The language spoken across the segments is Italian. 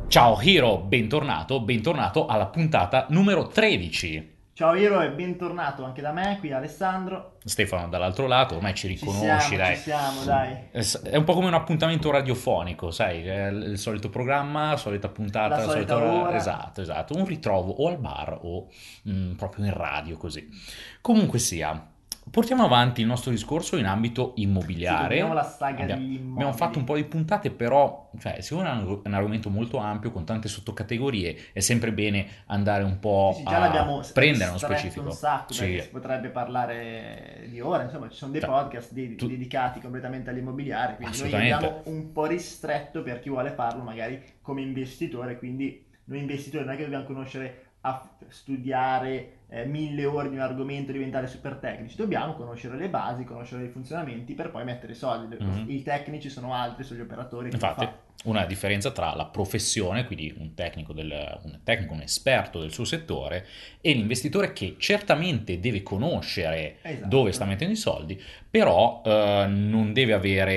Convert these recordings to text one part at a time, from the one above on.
Ciao Hiro, bentornato alla puntata numero 13. Ciao Iro e bentornato anche da me, qui Alessandro. Stefano dall'altro lato, ormai ci riconosci, Ci dai. siamo, dai. È un po' come un appuntamento radiofonico, sai, è il solito programma, la solita La puntata, la solita solita ora. ora. Esatto, un ritrovo o al bar o proprio in radio, così. Comunque sia, portiamo avanti il nostro discorso in ambito Sì, continuiamo immobiliare. la saga degli Abbiamo fatto un immobili. po' di puntate, però, cioè, siccome è un argomento molto ampio, con tante sottocategorie, è sempre bene andare un Sì, po' sì, già a l'abbiamo prendere nello ristretto un specifico. sacco perché Sì, si potrebbe parlare di ore, insomma, ci sono dei cioè, podcast tu, dedicati completamente all'immobiliare, quindi noi assolutamente. abbiamo un po' ristretto per chi vuole farlo magari come investitore, quindi noi investitori non è che dobbiamo conoscere studiare 1000 ore di un argomento e diventare super tecnici, dobbiamo conoscere le basi, conoscere i funzionamenti per poi mettere i soldi. Mhm. I tecnici sono altri, sono gli operatori, chi lo Infatti, fa. una differenza tra la professione, quindi un esperto del suo settore, e l'investitore che certamente deve conoscere dove sta Esatto. mettendo i soldi, però non deve avere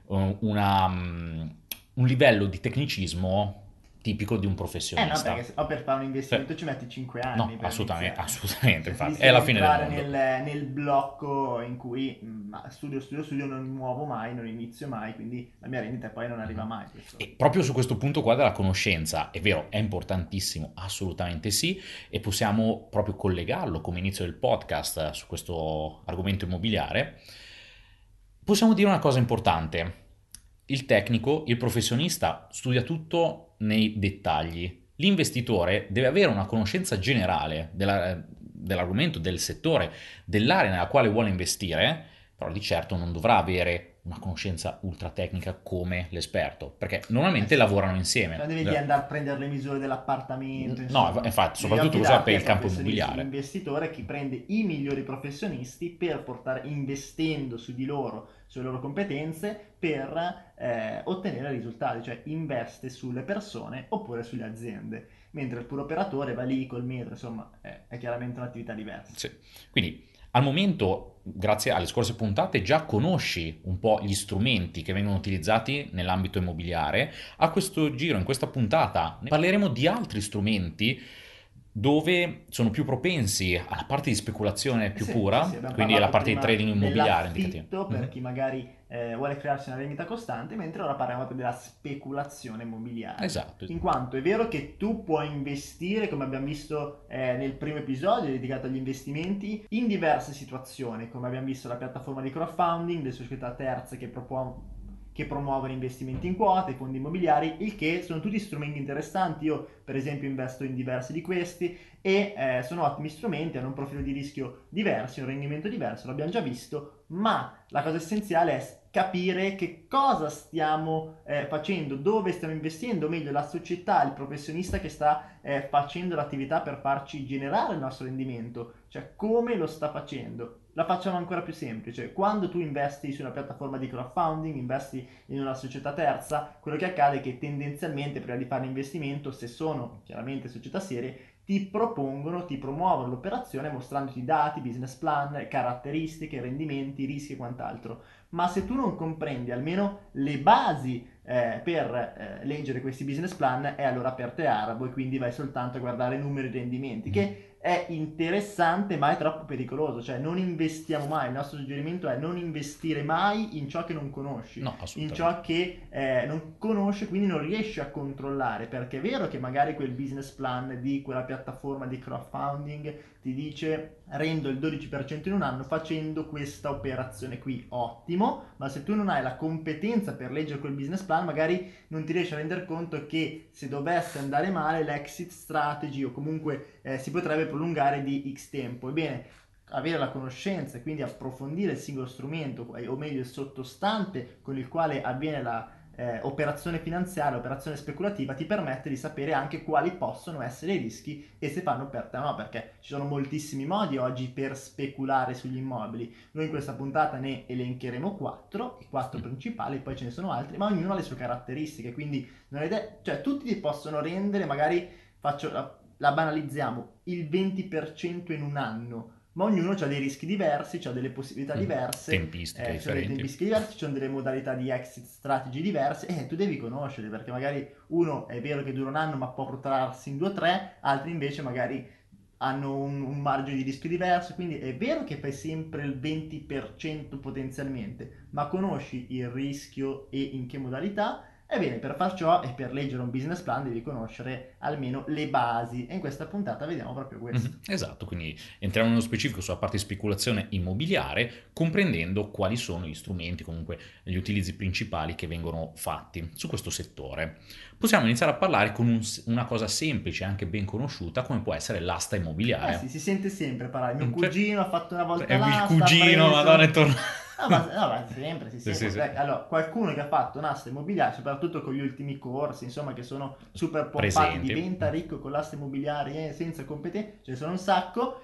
un livello di tecnicismo tipico di un No, perché professionista. per fare un Cioè, investimento ci metti 5 anni no, per assolutamente, iniziare. assolutamente, Cioè, infatti, rischi è di la fine del entrare mondo. nel blocco in cui studio, non mi muovo mai, non inizio mai, quindi la mia rendita poi non arriva Mhm. mai. Questo. E proprio su questo punto qua della conoscenza, è vero, è importantissimo, assolutamente sì, e possiamo proprio collegarlo come inizio del podcast su questo argomento immobiliare. Possiamo dire una cosa importante. Il tecnico, il professionista studia tutto nei dettagli. L'investitore deve avere una conoscenza generale dell'argomento, del settore, dell'area nella quale vuole investire, però di certo non dovrà avere una conoscenza ultra tecnica come l'esperto, perché Eh normalmente sì. lavorano Cioè insieme. non devi andare a prendere le misure dell'appartamento, No, insomma, infatti, devi soprattutto questo per affidarti ai il campo professionisti, immobiliare. l'investitore che prende i migliori professionisti per portare, investendo su di loro, sulle loro competenze, per ottenere risultati, cioè investe sulle persone oppure sulle aziende, mentre il puro operatore va lì col metro, insomma, è chiaramente un'attività diversa. Sì. Quindi al momento, grazie alle scorse puntate, già conosci un po' gli strumenti che vengono utilizzati nell'ambito immobiliare. A questo giro, in questa puntata, ne parleremo di altri strumenti dove sono più propensi alla parte di speculazione più Sì, sì, sì, pura, abbiamo quindi alla parlato parte di prima trading immobiliare, indicativo. dell'affitto per Mhm. chi magari vuole crearsi una rendita costante, mentre ora parliamo proprio della speculazione immobiliare. Esatto. In quanto è vero che tu puoi investire, come abbiamo visto nel primo episodio dedicato agli investimenti, in diverse situazioni, come abbiamo visto la piattaforma di crowdfunding, le società terze che promuovono investimenti in quote, i fondi immobiliari, il che sono tutti strumenti interessanti. Io, per esempio, investo in diversi di questi e sono ottimi strumenti, hanno un profilo di rischio diverso, un rendimento diverso, l'abbiamo già visto, ma la cosa essenziale è capire che cosa stiamo facendo, dove stiamo investendo, o meglio la società, il professionista che sta facendo l'attività per farci generare il nostro rendimento, cioè come lo sta facendo. La facciamo ancora più semplice, quando tu investi su una piattaforma di crowdfunding, investi in una società terza, quello che accade è che tendenzialmente prima di fare l'investimento, se sono chiaramente società serie, ti propongono, ti promuovono l'operazione mostrandoti dati, business plan, caratteristiche, rendimenti, rischi e quant'altro. Ma se tu non comprendi almeno le basi per leggere questi business plan, è allora per te arabo e quindi vai soltanto a guardare numeri e rendimenti, Mhm. che è interessante ma è troppo pericoloso, cioè non investiamo mai, il nostro suggerimento è non investire mai in ciò che non conosci, No, in assolutamente. ciò che non conosci, quindi non riesci a controllare, perché è vero che magari quel business plan di quella piattaforma di crowdfunding ti dice rendo il 12% in un anno facendo questa operazione qui, ottimo, ma se tu non hai la competenza per leggere quel business plan, magari non ti riesci a rendere conto che se dovesse andare male l'exit strategy o comunque si potrebbe prolungare di X tempo. Ebbene, avere la conoscenza e quindi approfondire il singolo strumento, o meglio il sottostante con il quale avviene la operazione finanziaria, operazione speculativa, ti permette di sapere anche quali possono essere i rischi e se fanno per te o no, perché ci sono moltissimi modi oggi per speculare sugli immobili. Noi in questa puntata ne elencheremo quattro, i quattro Mm. principali, poi ce ne sono altri, ma ognuno ha le sue caratteristiche, quindi cioè, tutti ti possono rendere, magari faccio la banalizziamo, il 20% in un anno, ma ognuno ha dei rischi diversi, ha delle possibilità diverse, Tempistiche ci sono dei differenti. tempistiche diversi, ci sono delle modalità di exit strategy diverse e tu devi conoscerle perché magari uno è vero che dura un anno ma può protrarsi in 2 o 3, altri invece magari hanno un margine di rischio diverso, quindi è vero che fai sempre il 20% potenzialmente, ma conosci il rischio e in che modalità. Ebbene, per far ciò e per leggere un business plan devi conoscere almeno le basi e in questa puntata vediamo proprio questo. Esatto, quindi entriamo nello specifico sulla parte di speculazione immobiliare, comprendendo quali sono gli strumenti, comunque gli utilizzi principali che vengono fatti su questo settore. Possiamo iniziare a parlare con una cosa semplice e anche ben conosciuta, come può essere l'asta Eh sì, immobiliare. si sente sempre parlare. Mio Cioè, cugino ha fatto una volta il l'asta, ha cugino, madonna, è preso. tornato. No, ma sempre, si Sì, sì, sente. sì. Allora, qualcuno che ha fatto un'asta immobiliare, soprattutto con gli ultimi corsi, insomma, che sono super pompati, Presenti. diventa ricco con l'asta immobiliare senza competenze, ce ne sono un sacco.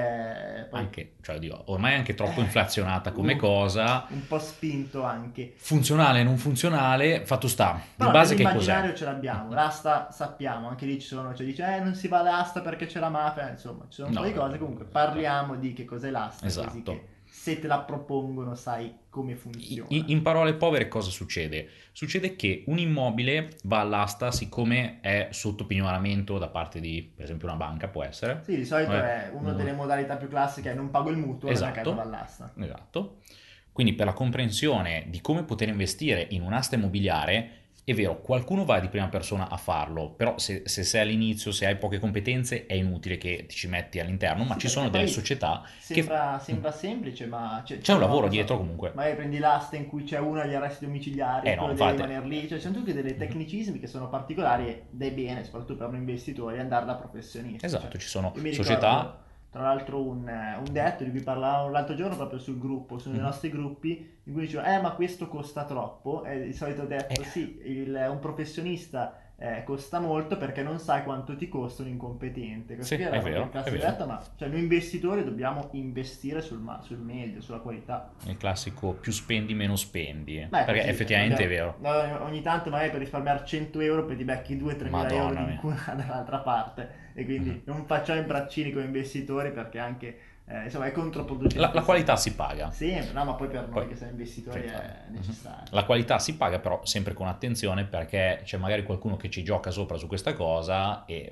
Poi, Anche, cioè, oddio, ormai è anche troppo eh, inflazionata come cosa. un po' spinto anche. Funzionale, non funzionale, fatto sta. Di Però base che cos'è? nell'immaginario ce l'abbiamo, l'asta sappiamo, anche lì ci sono, cioè dice non si va all'asta perché c'è la mafia, insomma, ci sono un po' No, di cose, comunque parliamo di che cos'è l'asta, così che esatto. se te la propongono sai come funziona. In parole povere cosa succede? Succede che un immobile va all'asta siccome è sotto pignoramento da parte di, per esempio, una banca, può essere. Sì, di solito Vabbè, è una delle modalità più classiche, è non pago il mutuo, la mia casa va esatto, all'asta. esatto. Quindi per la comprensione di come poter investire in un'asta immobiliare, è vero, qualcuno va di prima persona a farlo, però se sei all'inizio, se hai poche competenze, è inutile che ti ci metti all'interno, ma Sì, ci perché sono delle poi società che... sembra semplice, ma C'è un lavoro non so, dietro comunque. magari prendi l'asta in cui c'è uno agli arresti domiciliari e No, quello deve infatti... rimanere lì, cioè ci sono tutti dei Mhm. tecnicismi che sono particolari ed è bene, soprattutto per un investitore, andare da professionisti. Cioè, Esatto, ci sono io mi società... ricordo tra l'altro un detto di cui parlavamo l'altro giorno proprio sul gruppo, sui Mhm. nostri gruppi, in cui diceva, ma questo costa troppo, è il solito Eh, detto, sì, un professionista costa molto perché non sai quanto ti costa un incompetente. Questo qui sì, era proprio il è classico vero. detto, ma cioè, noi investitori dobbiamo investire sul meglio, sulla qualità. Il classico più spendi meno spendi, Ma è perché così, effettivamente è vero. ogni tanto magari per risparmiare 100 euro poi ti becchi 2-3 mila euro Madonna di mia. incura dall'altra parte e Mhm. quindi non facciamo i braccini come investitori perché anche insomma è controproducente La qualità sempre. si paga. Sempre, no, ma poi per Poi, noi che siamo investitori senza- è mhm. necessario. La qualità si paga però sempre con attenzione perché c'è magari qualcuno che ci gioca sopra su questa cosa e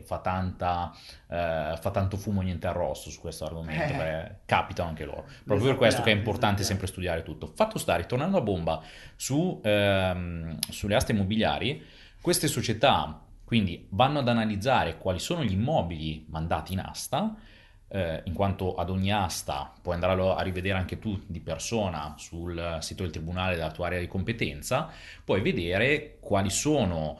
fa tanto fumo niente arrosto su questo argomento, Eh, perché capitano anche loro. le Proprio per questo che è sappiamo, le importante sappiamo. sempre studiare tutto. Fatto sta, ritornando a bomba sulle aste immobiliari, queste società quindi vanno ad analizzare quali sono gli immobili mandati in asta, in quanto ad ogni asta puoi andare a rivedere anche tu di persona sul sito del tribunale della tua area di competenza, puoi vedere quali sono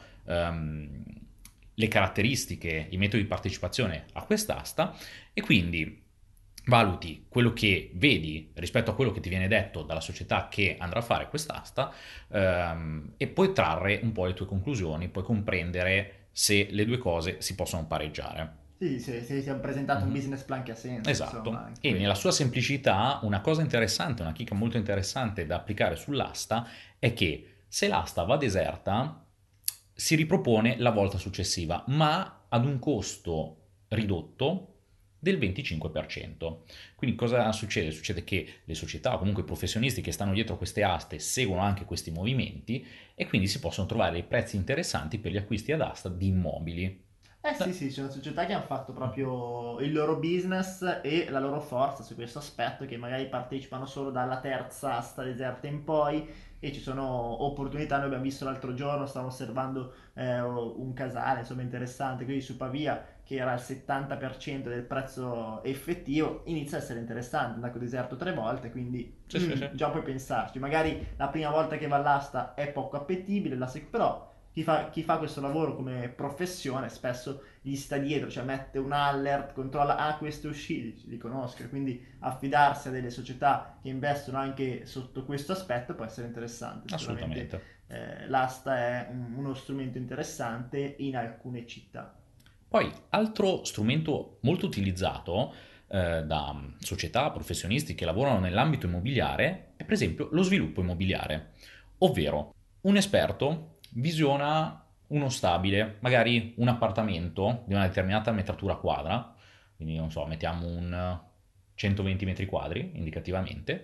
le caratteristiche, i metodi di partecipazione a quest'asta e quindi valuti quello che vedi rispetto a quello che ti viene detto dalla società che andrà a fare quest'asta e puoi trarre un po' le tue conclusioni, puoi comprendere se le due cose si possono pareggiare. Sì, se ti hanno presentato un Mhm. business plan che ha senso, insomma, Esatto, anche e nella quello. sua semplicità una cosa interessante, una chicca molto interessante da applicare sull'asta è che se l'asta va deserta si ripropone la volta successiva, ma ad un costo ridotto del 25%. Quindi cosa succede? Succede che le società o comunque i professionisti che stanno dietro a queste aste seguono anche questi movimenti e quindi si possono trovare dei prezzi interessanti per gli acquisti ad asta di immobili. Eh sì, sì, c'è una società che hanno fatto proprio il loro business e la loro forza su questo aspetto, che magari partecipano solo dalla terza asta deserta in poi e ci sono opportunità. Noi abbiamo visto l'altro giorno, stavamo osservando un casale, insomma, interessante, quindi su Pavia, che era il 70% del prezzo effettivo, inizia a essere interessante, andare deserto 3 volte, quindi Sì, sì, sì. già puoi pensarci. Magari la prima volta che va all'asta è poco appetibile, però chi fa questo lavoro come professione spesso gli sta dietro, cioè mette un alert, controlla, questi usciti, li conosco, e quindi affidarsi a delle società che investono anche sotto questo aspetto può essere interessante. Sicuramente Assolutamente. l'asta è uno strumento interessante in alcune città. Poi, altro strumento molto utilizzato da società, professionisti che lavorano nell'ambito immobiliare è per esempio lo sviluppo immobiliare, ovvero un esperto visiona uno stabile, magari un appartamento di una determinata metratura quadra, quindi non so, mettiamo un 120 metri quadri indicativamente,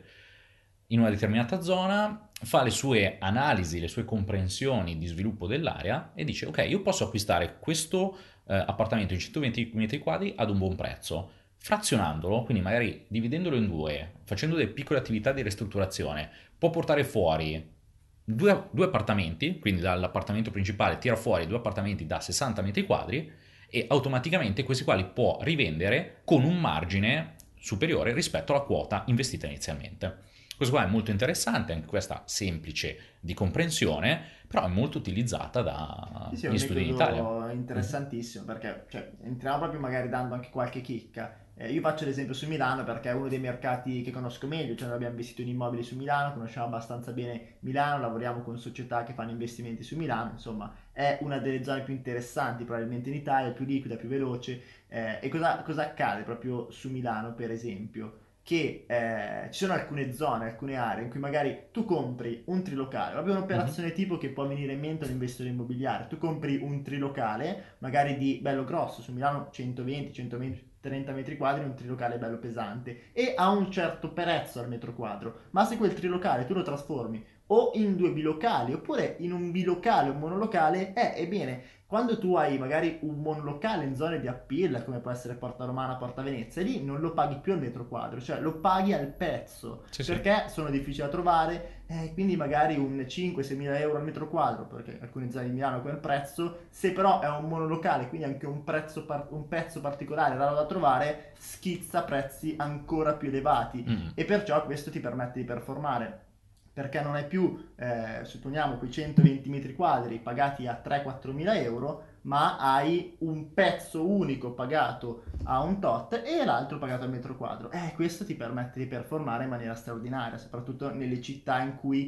in una determinata zona, fa le sue analisi, le sue comprensioni di sviluppo dell'area e dice ok, io posso acquistare questo appartamento di 120 metri quadri ad un buon prezzo, frazionandolo, quindi magari dividendolo in due, facendo delle piccole attività di ristrutturazione, può portare fuori due appartamenti, quindi dall'appartamento principale tira fuori due appartamenti da 60 metri quadri e automaticamente questi quali può rivendere con un margine superiore rispetto alla quota investita inizialmente. Questo qua è molto interessante, anche questa semplice di comprensione, però è molto utilizzata Sì, sì, è dagli un studi in Italia. metodo interessantissimo perché cioè, entriamo proprio magari dando anche qualche chicca. Io faccio l'esempio su Milano perché è uno dei mercati che conosco meglio, cioè noi abbiamo investito in immobili su Milano, conosciamo abbastanza bene Milano, lavoriamo con società che fanno investimenti su Milano, insomma è una delle zone più interessanti probabilmente in Italia, più liquida, più veloce. E cosa accade proprio su Milano per esempio? Che ci sono alcune zone, alcune aree in cui magari tu compri un trilocale, proprio Mhm. un'operazione tipo che può venire in mente a un investitore immobiliare, tu compri un trilocale, magari di bello grosso, su Milano 120, 120, 30 metri quadri, un trilocale bello pesante e a un certo prezzo al metro quadro, ma se quel trilocale tu lo trasformi o in due bilocali oppure in un bilocale o un monolocale, ebbene, quando tu hai magari un monolocale in zone di appeal, come può essere Porta Romana, Porta Venezia, lì non lo paghi più al metro quadro, cioè lo paghi al pezzo, Sì, sì. perché sono difficili da trovare, quindi magari un 5-6 mila euro al metro quadro, perché alcune zone di Milano quel prezzo, se però è un monolocale, quindi anche un pezzo particolare raro da trovare, schizza prezzi ancora più elevati Mm. e perciò questo ti permette di performare perché non hai più, supponiamo, quei 120 metri quadri pagati a 3-4 mila euro, ma hai un pezzo unico pagato a un tot e l'altro pagato al metro quadro. Questo ti permette di performare in maniera straordinaria, soprattutto nelle città in cui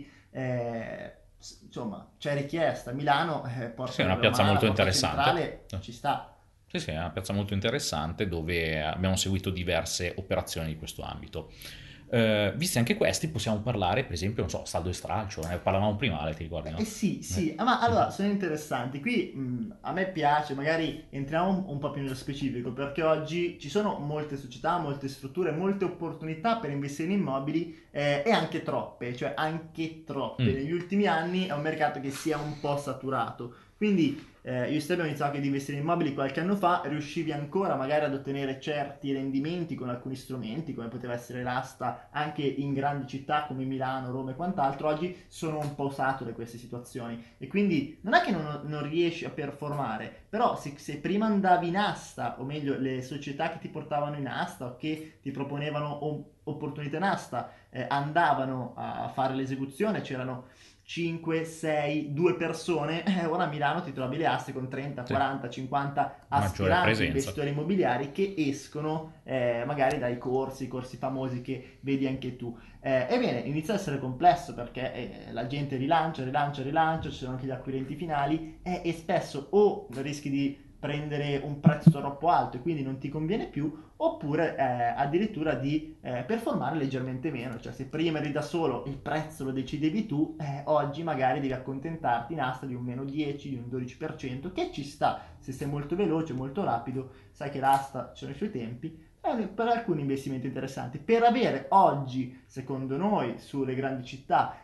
insomma c'è richiesta. Milano, Sì, è Porta una piazza Romana, molto Porta interessante. Centrale, ci sta. Sì, sì, è una piazza molto interessante dove abbiamo seguito diverse operazioni di questo ambito. Visti anche questi, possiamo parlare, per esempio, non so, saldo e stralcio, ne parlavamo prima, Ale, ti ricordi, Eh no? sì, Eh. sì, ma allora Mhm. sono interessanti. Qui a me piace, magari entriamo un po' più nello specifico, perché oggi ci sono molte società, molte strutture, molte opportunità per investire in immobili e anche troppe, cioè anche troppe. Mm. Negli ultimi anni è un mercato che si è un po' saturato. Quindi io stesso abbiamo iniziato anche ad investire in immobili qualche anno fa, riuscivi ancora magari ad ottenere certi rendimenti con alcuni strumenti, come poteva essere l'asta, anche in grandi città come Milano, Roma e quant'altro. Oggi sono un po' sature queste situazioni e quindi non è che non riesci a performare, però se prima andavi in asta, o meglio le società che ti portavano in asta o che ti proponevano opportunità in asta andavano a fare l'esecuzione, c'erano 5, 6, 2 persone, ora a Milano ti trovi le aste con 30, Sì, 40, 50 maggiore aspiranti presenza. investitori immobiliari che escono magari dai corsi famosi che vedi anche tu. Ebbene, inizia ad essere complesso perché la gente rilancia, ci sono anche gli acquirenti finali e spesso o rischi di prendere un prezzo troppo alto e quindi non ti conviene più, oppure addirittura di performare leggermente meno, cioè se prima eri da solo il prezzo lo decidevi tu, oggi magari devi accontentarti in asta di un meno 10, di un 12%, che ci sta se sei molto veloce, molto rapido, sai che l'asta ci sono i suoi tempi, per alcuni investimenti interessanti. Per avere oggi, secondo noi, sulle grandi città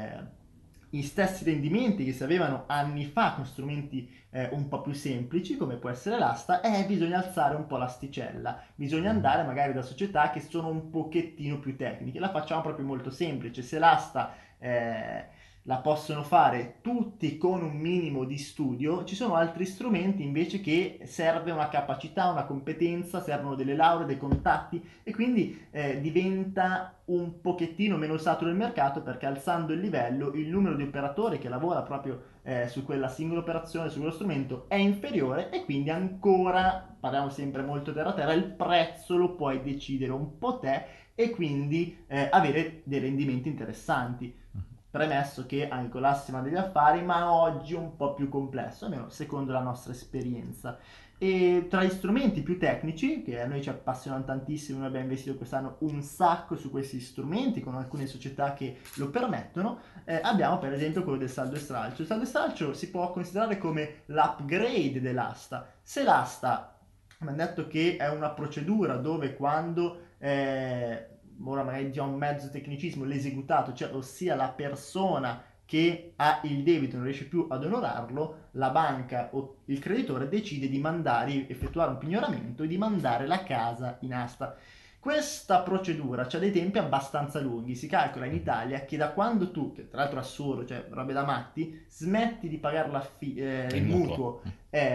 gli stessi rendimenti che si avevano anni fa con strumenti un po' più semplici, come può essere l'asta, bisogna alzare un po' l'asticella, bisogna andare magari da società che sono un pochettino più tecniche. La facciamo proprio molto semplice, se l'asta la possono fare tutti con un minimo di studio, ci sono altri strumenti invece che serve una capacità, una competenza, servono delle lauree, dei contatti e quindi diventa un pochettino meno saturo il mercato perché alzando il livello il numero di operatori che lavora proprio su quella singola operazione, su quello strumento è inferiore e quindi ancora, parliamo sempre molto terra a terra, il prezzo lo puoi decidere un po' te e quindi avere dei rendimenti interessanti. Premesso che anche con l'asta si fanno degli affari, ma oggi un po' più complesso, almeno secondo la nostra esperienza. E tra gli strumenti più tecnici, che a noi ci appassionano tantissimo, noi abbiamo investito quest'anno un sacco su questi strumenti con alcune società che lo permettono, abbiamo per esempio quello del saldo e stralcio. Il saldo e stralcio si può considerare come l'upgrade dell'asta. Se l'asta mi hanno detto che è una procedura dove quando ora magari già un mezzo tecnicismo, l'esecutato, cioè ossia la persona che ha il debito e non riesce più ad onorarlo, la banca o il creditore decide di effettuare un pignoramento e di mandare la casa in asta. Questa procedura ha dei tempi abbastanza lunghi, si calcola in Italia che da quando tu, che tra l'altro è assurdo, cioè robe da matti, smetti di pagare Il il mutuo. mutuo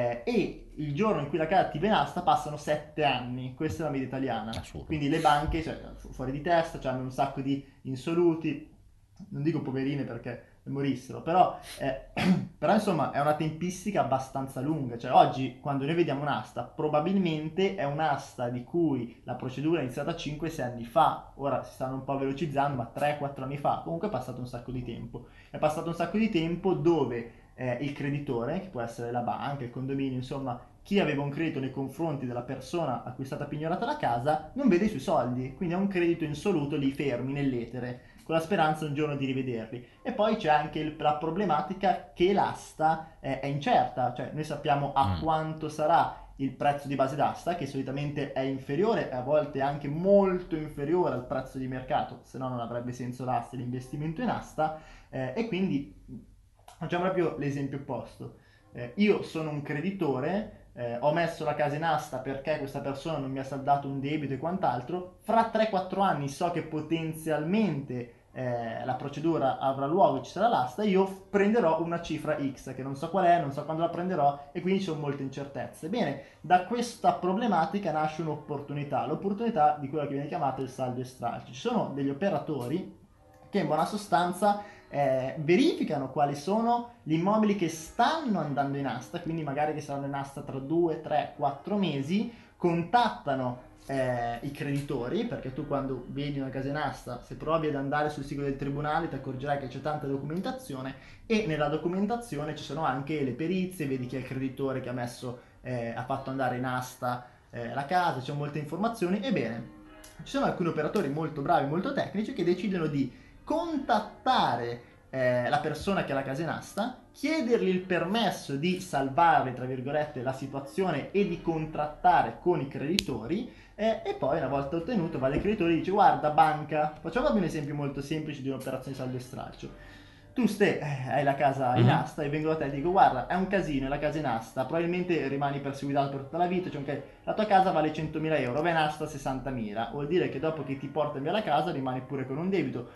e il giorno in cui la casa ti viene asta passano 7 anni, questa è la media italiana. Assurdo. Quindi le banche, cioè, fuori di testa, cioè, hanno un sacco di insoluti, non dico poverine perché morissero, però, però insomma è una tempistica abbastanza lunga, cioè oggi quando noi vediamo un'asta probabilmente è un'asta di cui la procedura è iniziata 5-6 anni fa, ora si stanno un po' velocizzando, ma 3-4 anni fa, comunque è passato un sacco di tempo, è passato un sacco di tempo dove il creditore, che può essere la banca, il condominio, insomma chi aveva un credito nei confronti della persona a cui è stata pignorata la casa non vede i suoi soldi, quindi ha un credito insoluto lì fermi nell'etere, con la speranza un giorno di rivederli. E poi c'è anche la problematica che l'asta è incerta, cioè noi sappiamo a quanto sarà il prezzo di base d'asta, che solitamente è inferiore e a volte anche molto inferiore al prezzo di mercato, se no non avrebbe senso l'asta e l'investimento in asta, e quindi facciamo proprio l'esempio opposto. Io sono un creditore, ho messo la casa in asta perché questa persona non mi ha saldato un debito e quant'altro, fra 3-4 anni so che potenzialmente la procedura avrà luogo, ci sarà l'asta, io prenderò una cifra X che non so qual è, non so quando la prenderò e quindi ci sono molte incertezze. Bene, da questa problematica nasce un'opportunità, l'opportunità di quella che viene chiamata il saldo e stralcio. Ci sono degli operatori che in buona sostanza verificano quali sono gli immobili che stanno andando in asta, quindi magari che saranno in asta tra 2, 3, 4 mesi, contattano i creditori, perché tu quando vedi una casa in asta, se provi ad andare sul sito del tribunale ti accorgerai che c'è tanta documentazione e nella documentazione ci sono anche le perizie, vedi chi è il creditore che ha fatto andare in asta la casa, c'è molte informazioni. Ebbene, ci sono alcuni operatori molto bravi, molto tecnici che decidono di contattare la persona che ha la casa in asta, chiedergli il permesso di salvare, tra virgolette, la situazione e di contrattare con i creditori e poi una volta ottenuto va dai creditori e dice guarda banca, facciamo un esempio molto semplice di un'operazione saldo e stralcio. Tu hai la casa in asta e vengo da te e dico guarda è un casino, è la casa in asta, probabilmente rimani perseguitato per tutta la vita, cioè, okay, la tua casa vale 100.000 euro, va in asta 60.000, vuol dire che dopo che ti portano via la casa rimani pure con un debito.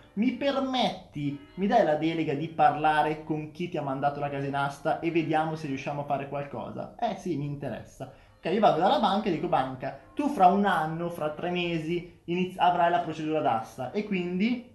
Mi dai la delega di parlare con chi ti ha mandato la casa in asta e vediamo se riusciamo a fare qualcosa? Sì, mi interessa. Ok, io vado dalla banca e dico banca, tu fra un anno, fra 3 mesi avrai la procedura d'asta e quindi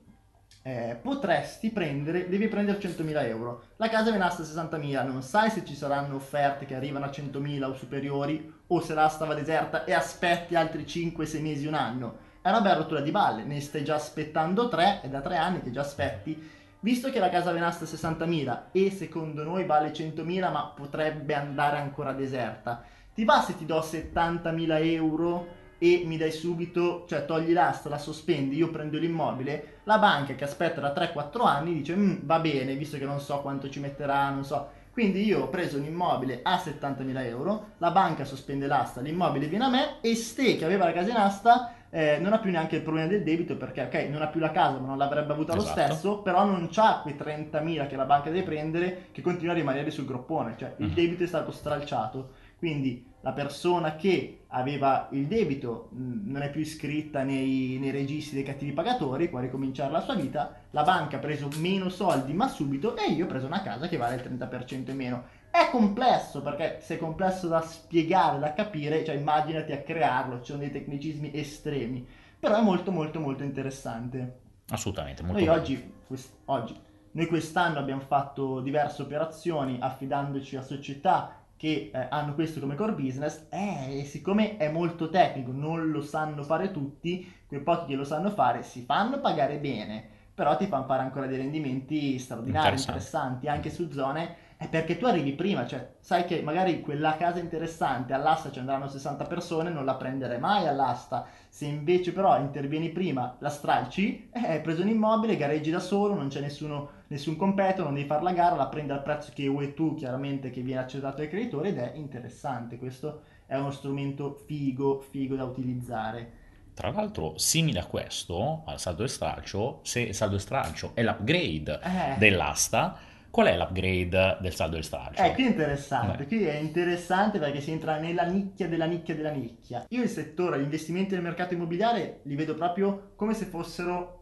devi prendere 100.000 euro. La casa viene asta a 60.000, non sai se ci saranno offerte che arrivano a 100.000 o superiori o se l'asta va deserta e aspetti altri 5-6 mesi, un anno. È una bella rottura di balle, ne stai già aspettando 3, è da 3 anni che già aspetti. Visto che la casa viene asta a 60.000 e secondo noi vale 100.000 ma potrebbe andare ancora deserta, ti va se ti do 70.000 euro e mi dai subito, cioè togli l'asta, la sospendi, io prendo l'immobile, la banca che aspetta da 3-4 anni dice va bene, visto che non so quanto ci metterà, non so. Quindi io ho preso un immobile a 70.000 euro, la banca sospende l'asta, l'immobile viene a me e Ste che aveva la casa in asta non ha più neanche il problema del debito perché ok, non ha più la casa ma non l'avrebbe avuta lo Esatto. stesso, però non c'ha quei 30.000 che la banca deve prendere che continua a rimanere sul groppone, cioè il debito è stato stralciato. Quindi la persona che aveva il debito non è più iscritta nei registri dei cattivi pagatori, può ricominciare la sua vita, la banca ha preso meno soldi ma subito e io ho preso una casa che vale il 30% in meno. È complesso perché se è complesso da spiegare, da capire, cioè immaginati a crearlo, ci sono dei tecnicismi estremi, però è molto molto molto interessante. Assolutamente, molto Noi bello. noi quest'anno abbiamo fatto diverse operazioni affidandoci a società che hanno questo come core business e siccome è molto tecnico, non lo sanno fare tutti, quei pochi che lo sanno fare si fanno pagare bene, però ti fanno fare ancora dei rendimenti straordinari, Interessante. interessanti, anche su zone, è perché tu arrivi prima, cioè sai che magari quella casa interessante all'asta ci andranno 60 persone, non la prenderai mai all'asta, se invece però intervieni prima, la stralci, hai preso un immobile, gareggi da solo, non c'è nessun competitor, non devi fare la gara, la prendi al prezzo che vuoi tu, chiaramente che viene accettato dai creditori ed è interessante. Questo è uno strumento figo da utilizzare. Tra l'altro, simile a questo, al saldo e stralcio, se il saldo e stralcio è l'upgrade Eh, dell'asta, qual è l'upgrade del saldo e stralcio? qui è interessante perché si entra nella nicchia della nicchia della nicchia. Io il settore, gli investimenti nel mercato immobiliare li vedo proprio come se fossero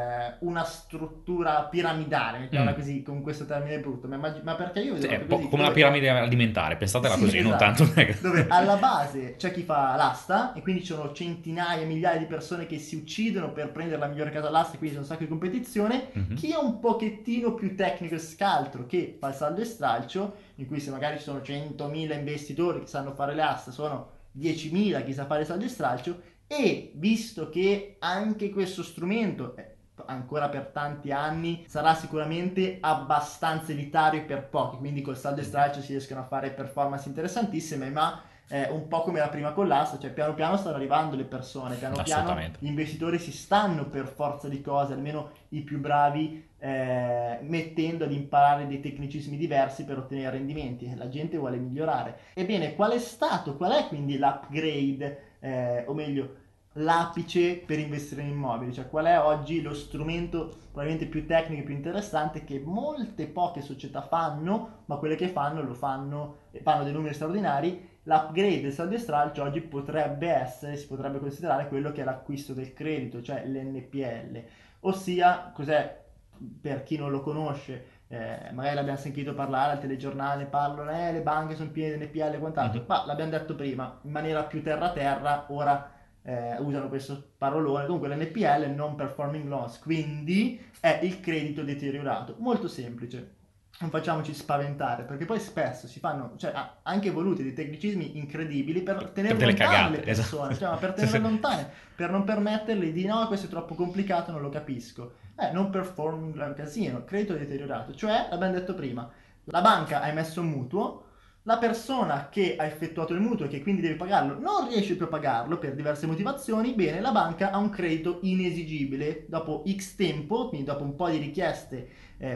una struttura piramidale, mettiamola Mm. così, con questo termine brutto, ma perché io vedo Sì, è proprio così, come la dove piramide alimentare, pensatela sì, così, non esatto. tanto. Dove alla base c'è chi fa l'asta e quindi ci sono centinaia, migliaia di persone che si uccidono per prendere la migliore casa all'asta e quindi c'è un sacco di competizione. Mhm. Chi è un pochettino più tecnico e scaltro che fa il saldo e stralcio, in cui se magari ci sono 100.000 investitori che sanno fare le aste, sono 10.000 chi sa fare il saldo e stralcio, e visto che anche questo strumento ancora per tanti anni sarà sicuramente abbastanza elitario per pochi, quindi col saldo e stralcio si riescono a fare performance interessantissime, ma un po' come la prima con l'asta, cioè piano piano stanno arrivando le persone, piano piano Assolutamente. gli investitori si stanno per forza di cose, almeno i più bravi, mettendo ad imparare dei tecnicismi diversi per ottenere rendimenti. La gente vuole migliorare. Ebbene, qual è quindi l'upgrade, o meglio, l'apice per investire in immobili? Cioè, qual è oggi lo strumento probabilmente più tecnico e più interessante che molte poche società fanno, ma quelle che fanno lo fanno e fanno dei numeri straordinari. L'upgrade del saldo e stralcio oggi potrebbe essere, si potrebbe considerare quello che è l'acquisto del credito, cioè l'NPL, ossia cos'è, per chi non lo conosce, magari l'abbiamo sentito parlare al telegiornale, parlano, le banche sono piene di NPL e quant'altro, Mhm. ma l'abbiamo detto prima, in maniera più terra, ora usano questo parolone. Comunque l'NPL, non performing loans, quindi è il credito deteriorato, molto semplice. Non facciamoci spaventare, perché poi spesso si fanno, cioè, anche voluti dei tecnicismi incredibili per Per tenere delle lontane le cagate, esatto. persone, cioè, ma per Sì, tenerle sì. lontane, per non permetterle di no, questo è troppo complicato, non lo capisco. Non performing un casino, credito deteriorato, cioè, l'abbiamo detto prima, la banca ha emesso un mutuo, la persona che ha effettuato il mutuo e che quindi deve pagarlo non riesce più a pagarlo per diverse motivazioni, bene, la banca ha un credito inesigibile. Dopo X tempo, quindi dopo un po' di richieste,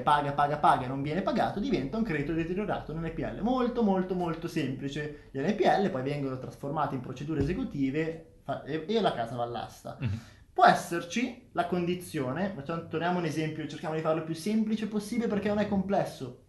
paga, non viene pagato, diventa un credito deteriorato, un NPL. Molto, molto, molto semplice. Gli NPL poi vengono trasformati in procedure esecutive e la casa va all'asta. Mhm. Può esserci la condizione, torniamo a un esempio, cerchiamo di farlo più semplice possibile perché non è complesso.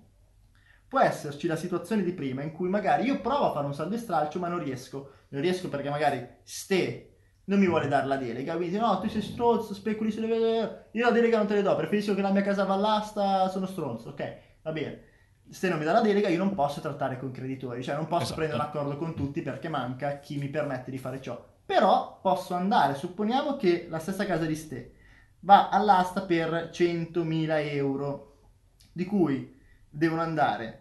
Può esserci la situazione di prima in cui magari io provo a fare un saldo e stralcio ma non riesco. Non riesco perché magari non mi vuole dare la delega, quindi dice no, tu sei stronzo, speculi sulle... Io la delega non te le do, preferisco che la mia casa va all'asta, sono stronzo, ok, va bene. Se non mi dà la delega io non posso trattare con i creditori, cioè non posso prendere un Esatto. accordo con tutti perché manca chi mi permette di fare ciò. Però posso andare, supponiamo che la stessa casa di va all'asta per 100.000 euro, di cui devono andare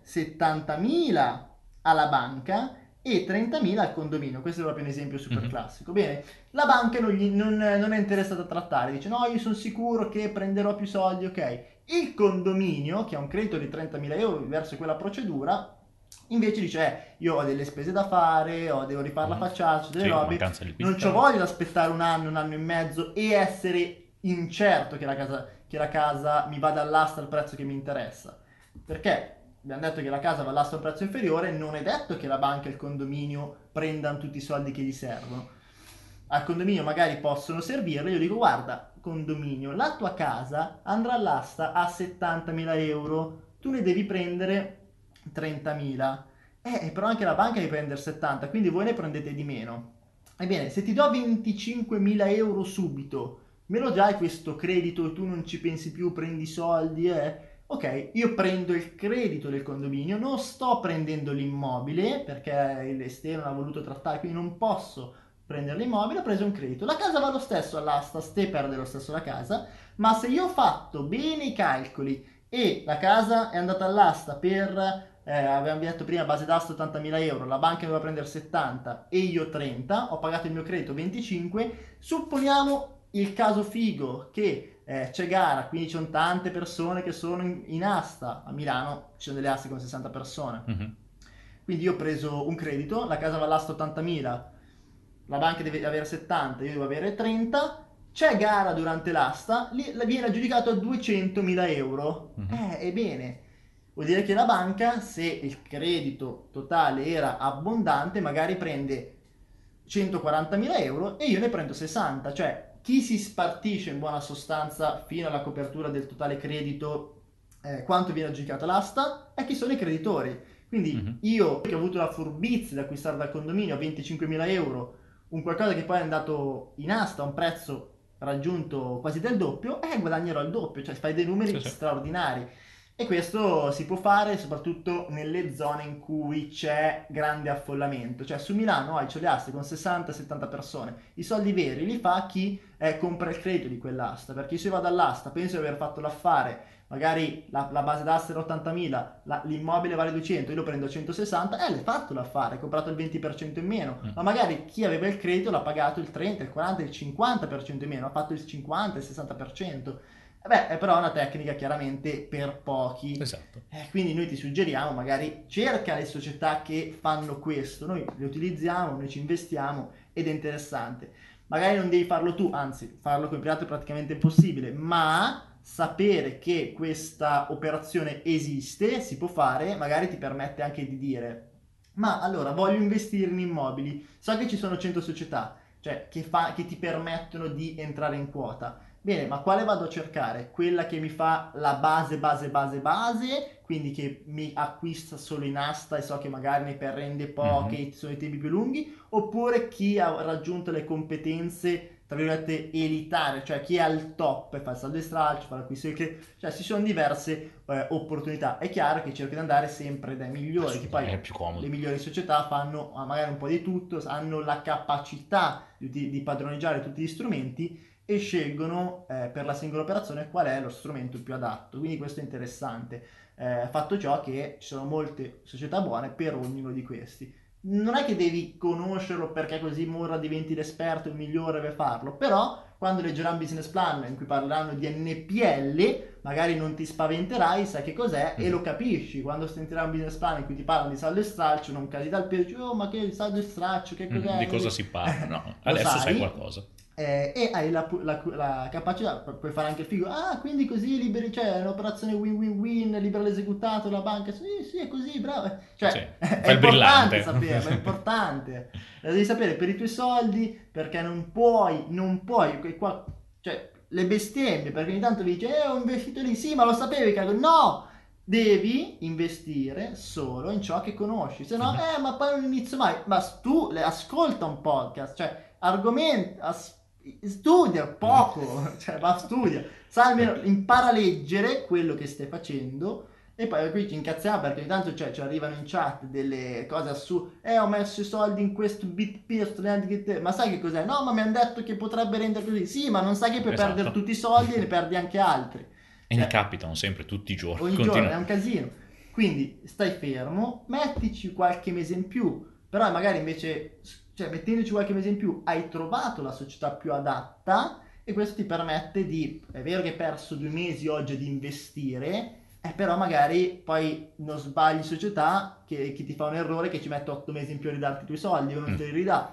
70.000 alla banca e 30.000 al condominio. Questo è proprio un esempio super Mhm. classico. Bene, la banca non è interessata a trattare, dice no, io sono sicuro che prenderò più soldi, ok. Il condominio, che ha un credito di 30.000 euro verso quella procedura, invece dice io ho delle spese da fare, devo rifare la Mhm. facciata, delle Sì, robe, mancanza di non c'ho liquidità. voglia di aspettare un anno e mezzo e essere incerto che la casa mi vada all'asta al prezzo che mi interessa. Perché abbiamo detto che la casa va all'asta a un prezzo inferiore, non è detto che la banca e il condominio prendano tutti i soldi che gli servono. Al condominio magari possono servirle, io dico guarda condominio, la tua casa andrà all'asta a 70.000 euro, tu ne devi prendere 30.000. Però anche la banca deve prendere 70, quindi voi ne prendete di meno. Ebbene, se ti do 25.000 euro subito, me lo dai questo credito e tu non ci pensi più, prendi i soldi, Ok, io prendo il credito del condominio, non sto prendendo l'immobile perché l'Este non ha voluto trattare, quindi non posso prendere l'immobile, ho preso un credito. La casa va lo stesso all'asta, Ste perde lo stesso la casa, ma se io ho fatto bene i calcoli e la casa è andata all'asta per, avevamo detto prima, base d'asta 80.000 euro, la banca doveva prendere 70 e io 30, ho pagato il mio credito 25, supponiamo il caso figo che c'è gara, quindi ci sono tante persone che sono in asta, a Milano ci sono delle aste con 60 persone, Mhm. quindi io ho preso un credito, la casa va all'asta 80.000, la banca deve avere 70, io devo avere 30, c'è gara durante l'asta, viene aggiudicato a 200.000 euro. Mhm. Ebbene, vuol dire che la banca, se il credito totale era abbondante, magari prende 140.000 euro e io ne prendo 60, cioè chi si spartisce in buona sostanza fino alla copertura del totale credito quanto viene aggiudicato l'asta e chi sono i creditori. Quindi io che ho avuto la furbizia di acquistare dal condominio a 25.000 euro un qualcosa che poi è andato in asta a un prezzo raggiunto quasi del doppio, guadagnerò il doppio, cioè fai dei numeri Sì. straordinari. E questo si può fare soprattutto nelle zone in cui c'è grande affollamento. Cioè su Milano c'è le aste con 60-70 persone. I soldi veri li fa chi compra il credito di quell'asta. Perché se io vado all'asta, penso di aver fatto l'affare, magari la base d'asta era 80.000, l'immobile vale 200, io lo prendo a 160, l'hai fatto l'affare, hai comprato il 20% in meno. Ma magari chi aveva il credito l'ha pagato il 30, il 40, il 50% in meno, ha fatto il 50, il 60%. Beh, però è una tecnica chiaramente per pochi. Esatto. Quindi noi ti suggeriamo, magari cerca le società che fanno questo, noi le utilizziamo, noi ci investiamo ed è interessante. Magari non devi farlo tu, anzi, farlo con il privato è praticamente impossibile, ma sapere che questa operazione esiste, si può fare, magari ti permette anche di dire, ma allora voglio investire in immobili, so che ci sono 100 società, cioè che ti permettono di entrare in quota. Bene, ma quale vado a cercare? Quella che mi fa la base, quindi che mi acquista solo in asta e so che magari ne prende poche, sono i tempi più lunghi, oppure chi ha raggiunto le competenze, tra virgolette, elitarie, cioè chi è al top e fa il saldo e stralcio, fa l'acquisto, cioè ci sono diverse opportunità. È chiaro che cerco di andare sempre dai migliori, che poi È più comodo. le migliori società fanno magari un po' di tutto, hanno la capacità di padroneggiare tutti gli strumenti e scelgono per la singola operazione qual è lo strumento più adatto. Quindi questo è interessante. Fatto ciò che ci sono molte società buone per ognuno di questi. Non è che devi conoscerlo perché così Murra diventi l'esperto, il migliore per farlo, però quando leggerai un business plan in cui parleranno di NPL, magari non ti spaventerai, sai che cos'è e lo capisci. Quando sentirai un business plan in cui ti parlano di saldo e stralcio, non cadi dal piede, oh ma che saldo e stralcio, che cos'è? Di cosa si parla? No, Lo adesso sai qualcosa. E hai la capacità, puoi fare anche il figo, quindi così liberi, cioè è un'operazione win-win-win, libera l'esecutato, la banca, sì, è così, bravo. Cioè, Sì, è fai il importante brillante. saperlo, è importante. Devi sapere per i tuoi soldi, perché non puoi, qua, cioè, le bestemmie, perché ogni tanto dici, ho investito lì, sì, ma lo sapevi che... No! Devi investire solo in ciò che conosci, se no, ma poi non inizio mai. Ma tu ascolta un podcast, cioè argomenta, studia poco, cioè va a studia, sa almeno impara a leggere quello che stai facendo e poi qui ci incazziamo perché ogni tanto ci arrivano in chat delle cose assurde, ho messo i soldi in questo BitPier, ma sai che cos'è? No, ma mi hanno detto che potrebbe rendere così, sì, ma non sai che puoi perdere tutti i soldi e ne perdi anche altri. E ne capitano sempre, tutti i giorni. Ogni giorno è un casino. Quindi stai fermo, mettici qualche mese in più, però magari invece, cioè mettendoci qualche mese in più, hai trovato la società più adatta e questo ti permette di, è vero che hai perso 2 mesi oggi ad investire, però magari poi non sbagli società che ti fa un errore che ci mette 8 mesi in più a ridarti i tuoi soldi o non te li ridà.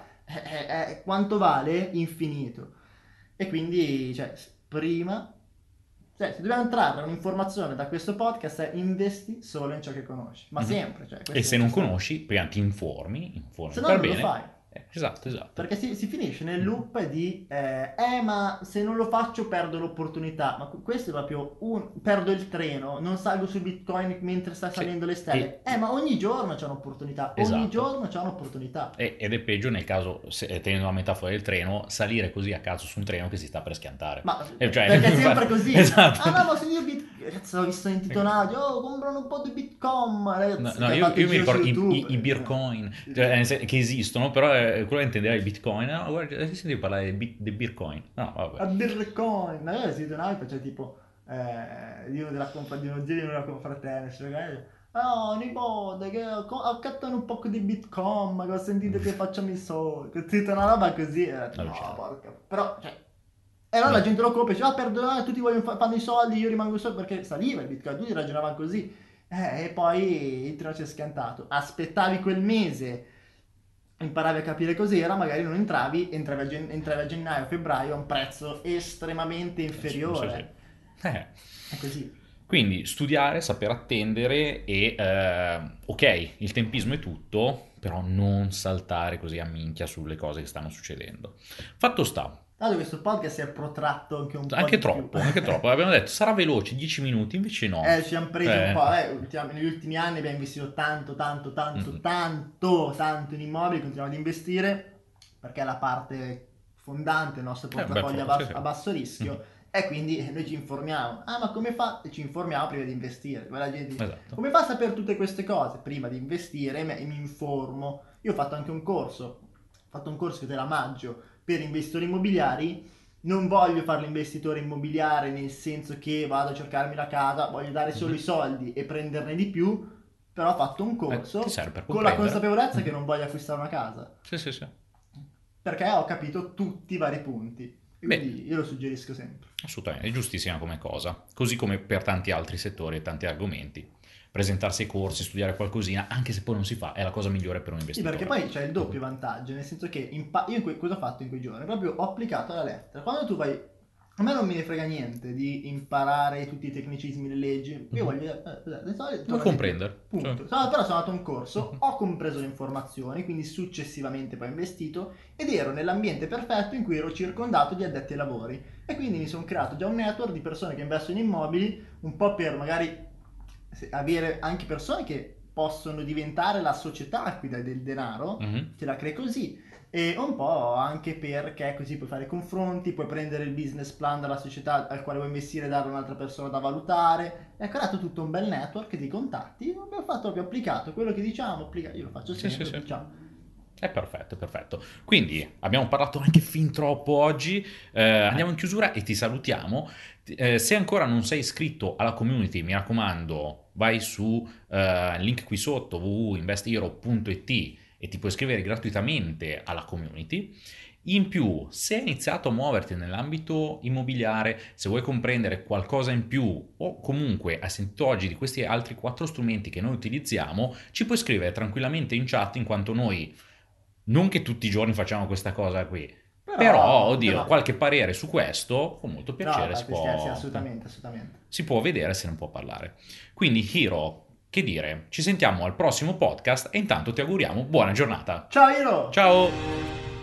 Quanto vale? Infinito. E quindi, cioè, prima... Cioè, se dobbiamo trarre un'informazione da questo podcast è investi solo in ciò che conosci, ma sempre. Cioè, E se non conosci, prima ti informi se no per non lo bene. fai. Esatto. Perché si finisce nel loop di ma se non lo faccio perdo l'opportunità. Ma questo è proprio perdo il treno, non salgo su Bitcoin mentre sta salendo le stelle. Ma ogni giorno c'è un'opportunità. Esatto. Ogni giorno c'è un'opportunità. Ed è peggio nel caso, tenendo la metafora del treno, salire così a caso su un treno che si sta per schiantare. Ma Cioè, perché è sempre così. Esatto. No, ma se io cazzo, ho visto intitolato, comprano un po' di Bitcoin, ragazzi. No, io mi ricordo i Bitcoin, cioè, che esistono, però quello intenderà il Bitcoin. No, guarda, senti parlare di Bitcoin. No, vabbè. A Bitcoin. Ma io ho sentito un'altra, cioè tipo di uno di uno zio di una confraternita. Oh, nipote, che accattano un po' di Bitcoin, che ho sentito che facciamo i soldi. Ho sentito una roba così. No, porca. Però, cioè. E allora la gente lo compra e dice, perdonate, tutti vogliono fanno i soldi, io rimango solo perché saliva il Bitcoin, tutti ragionavano così. E poi il treno si è schiantato. Aspettavi quel mese, imparavi a capire cos'era, magari non entravi a gennaio, febbraio a un prezzo estremamente inferiore. Sì. È così. Quindi studiare, saper attendere e, ok, il tempismo è tutto, però non saltare così a minchia sulle cose che stanno succedendo. Fatto sta, Allora, questo podcast si è protratto anche un po' anche di più. troppo, anche troppo. Abbiamo detto sarà veloce, 10 minuti, invece no. Ci hanno preso un Eh, po', negli ultimi anni abbiamo investito tanto, tanto, tanto, mm, tanto, tanto in immobili, continuiamo ad investire perché è la parte fondante del nostro beh, portafoglio sì, sì. a basso rischio e quindi noi ci informiamo. Ah, ma come fa? E ci informiamo prima di investire. Poi la gente dice, Esatto. come fa a sapere tutte queste cose? Prima di investire mi informo. Io ho fatto anche un corso, ho fatto un corso che era maggio per investitori immobiliari. Non voglio fare l'investitore immobiliare nel senso che vado a cercarmi la casa, voglio dare solo i soldi e prenderne di più, però ho fatto un Ti corso serve per con la comprendere. consapevolezza che non voglio acquistare una casa, Sì, sì, sì. perché ho capito tutti i vari punti. E Bene. quindi io lo suggerisco sempre. Assolutamente, è giustissima come cosa, così come per tanti altri settori e tanti argomenti. Presentarsi ai corsi, studiare qualcosina, anche se poi non si fa, è la cosa migliore per un Sì, investitore. perché poi c'è il doppio vantaggio, nel senso che cosa ho fatto in quei giorni? Proprio ho applicato alla lettera. Quando tu vai, a me non me ne frega niente di imparare tutti i tecnicismi, le leggi, io voglio, le solite, Vuoi comprendere? punto. Cioè, Però sono andato a un corso, ho compreso le informazioni, quindi successivamente poi ho investito ed ero nell'ambiente perfetto in cui ero circondato di addetti ai lavori. E quindi mi sono creato già un network di persone che investono in immobili, un po' per magari avere anche persone che possono diventare la società a cui dai del denaro, mhm. te la crei così, e un po' anche perché così puoi fare confronti, puoi prendere il business plan della società al quale vuoi investire e darlo a un'altra persona da valutare. E ho creato tutto un bel network di contatti, abbiamo fatto proprio applicato quello che diciamo, io lo faccio Sì, sì, sempre, sì. diciamo. È perfetto, è perfetto. Quindi abbiamo parlato anche fin troppo oggi, andiamo in chiusura e ti salutiamo. Se ancora non sei iscritto alla community, mi raccomando, vai su link qui sotto www.investihero.it e ti puoi iscrivere gratuitamente alla community. In più, se hai iniziato a muoverti nell'ambito immobiliare, se vuoi comprendere qualcosa in più o comunque hai sentito oggi di questi altri 4 strumenti che noi utilizziamo, ci puoi scrivere tranquillamente in chat in quanto noi non che tutti i giorni facciamo questa cosa qui, però, oddio, Però qualche parere su questo, con molto no, a piacere parte scherzi, assolutamente, assolutamente. si può vedere, se ne può parlare. Quindi, Hiro, che dire, ci sentiamo al prossimo podcast e intanto ti auguriamo buona giornata. Ciao Iro! Ciao!